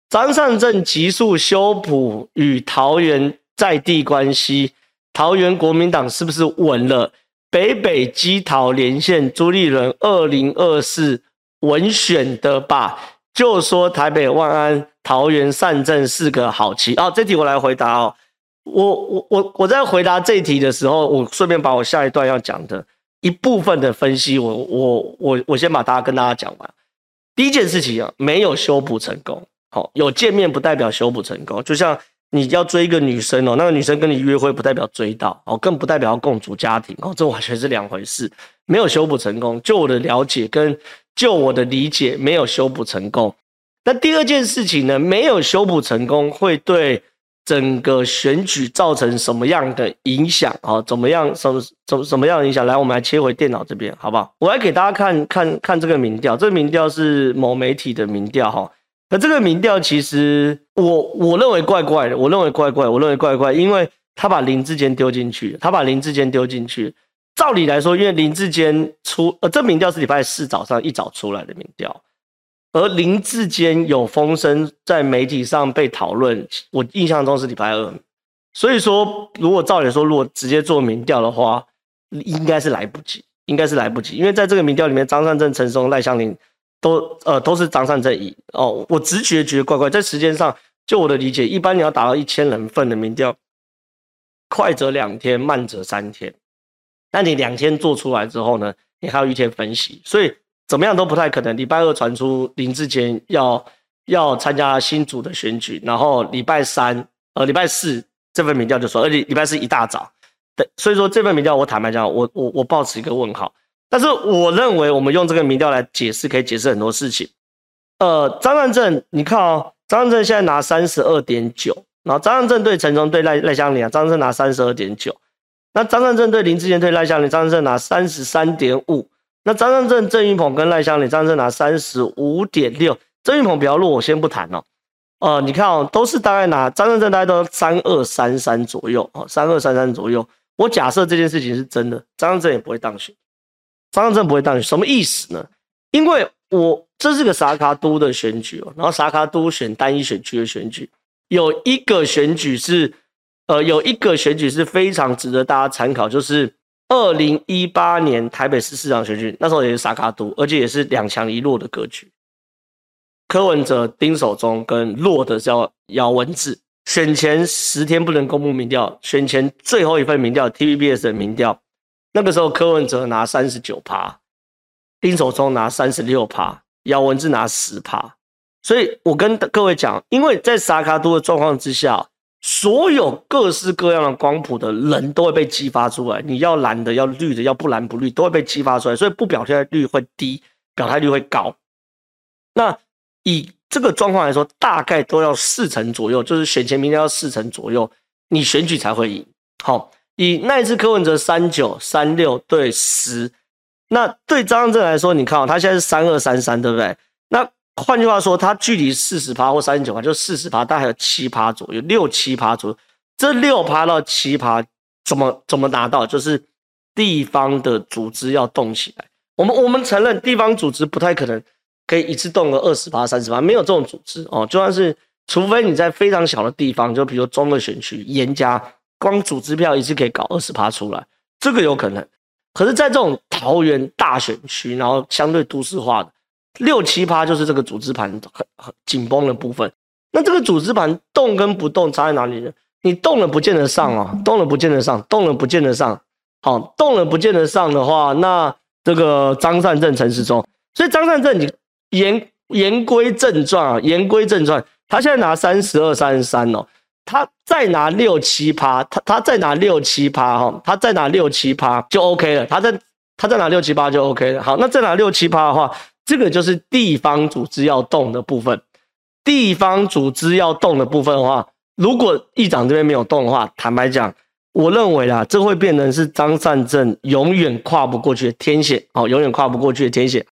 张善政急速修补与桃园在地关系，桃园国民党是不是稳了？北北基桃连线朱立伦2024文选的吧，就说台北万安、桃园善政是个好棋。这题我来回答哦。我在回答这一题的时候，我顺便把我下一段要讲的一部分的分析，我先把跟大家讲完。第一件事情没有修补成功，有见面不代表修补成功，就像你要追一个女生那个女生跟你约会不代表追到更不代表要共组家庭这完全是两回事。没有修补成功，就我的了解跟就我的理解，没有修补成功。那第二件事情呢，没有修补成功会对整个选举造成什么样的影响怎么样的影响？来，我们来切回电脑这边，好不好？我来给大家看这个民调，这个民调是某媒体的民调可这个民调其实我认为怪怪的，我认为怪怪，因为他把林智坚丢进去，照理来说，因为林智坚这民调是礼拜4早上一早出来的民调。而林智坚有风声在媒体上被讨论，我印象中是礼拜2，所以说如果照理说，如果直接做民调的话，应该是来不及，因为在这个民调里面，张善政、陈松、赖香伶都是张善政赢我直觉觉得怪怪，在时间上，就我的理解，一般你要达到1000人份的民调，快则2天，慢则3天，那你2天做出来之后呢，你还有1天分析，所以怎么样都不太可能。礼拜2传出林智坚要参加新竹的选举，然后礼拜4这份民调就说，而且礼拜4一大早，对，所以说这份民调我坦白讲，我抱持一个问号。但是我认为我们用这个民调来解释，可以解释很多事情。张善政，你看张善政现在拿 32.9， 然后张善政对陈松对赖香伶张善政拿 32.9， 那张善政对林智坚对赖香伶张善政拿 33.5。那张善政、郑运鹏跟赖香伶，张善政拿 35.6， 郑运鹏比较弱，我先不谈你看都是大概拿张善政大概都3233左右3233左右。我假设这件事情是真的，张善政也不会当选。什么意思呢？因为这是个沙卡都的选举然后沙卡都选单一选区的选举，有一个选举是非常值得大家参考，就是2018年台北市市长选举，那时候也是沙卡都，而且也是2强1弱的格局。柯文哲、丁守中跟弱的叫姚文智，选前10天不能公布民调，选前最后一份民调 TVBS 的民调，那个时候柯文哲拿 39%， 丁守中拿 36%， 姚文智拿 10%。 所以我跟各位讲，因为在沙卡都的状况之下，所有各式各样的光谱的人都会被激发出来，你要蓝的要绿的要不蓝不绿都会被激发出来，所以不表态率会低，表态率会高。那以这个状况来说，大概都要40%左右，就是选前民调要40%左右，你选举才会赢。以那一次柯文哲39、36对10，那对张善政来说，你看他现在是3233，对不对？那换句话说，他距离40%或39%就40%，大概还有7%左右，6-7%左右。这6%到7%怎么拿到？就是地方的组织要动起来。我们承认地方组织不太可能可以一次动个20%、30%，没有这种组织就算是除非你在非常小的地方，就比如中的选区严家，光组织票一次可以搞20%出来，这个有可能。可是在这种桃园大选区，然后相对都市化的6-7%，就是这个组织盘很紧绷的部分。那这个组织盘动跟不动差在哪里呢？你动了不见得上动了不见得上。好，动了不见得上的话，那这个张善政、陈时中，所以张善政你言归正传他现在拿32、33他再拿6-7%，他再拿6-7%他再拿6-7%就 OK 了，他再拿6-7%就 OK 了。好，那再拿6-7%的话，这个就是地方组织要动的部分。地方组织要动的部分的话，如果议长这边没有动的话，坦白讲，我认为这会变成是张善政永远跨不过去的天险永远跨不过去的天险。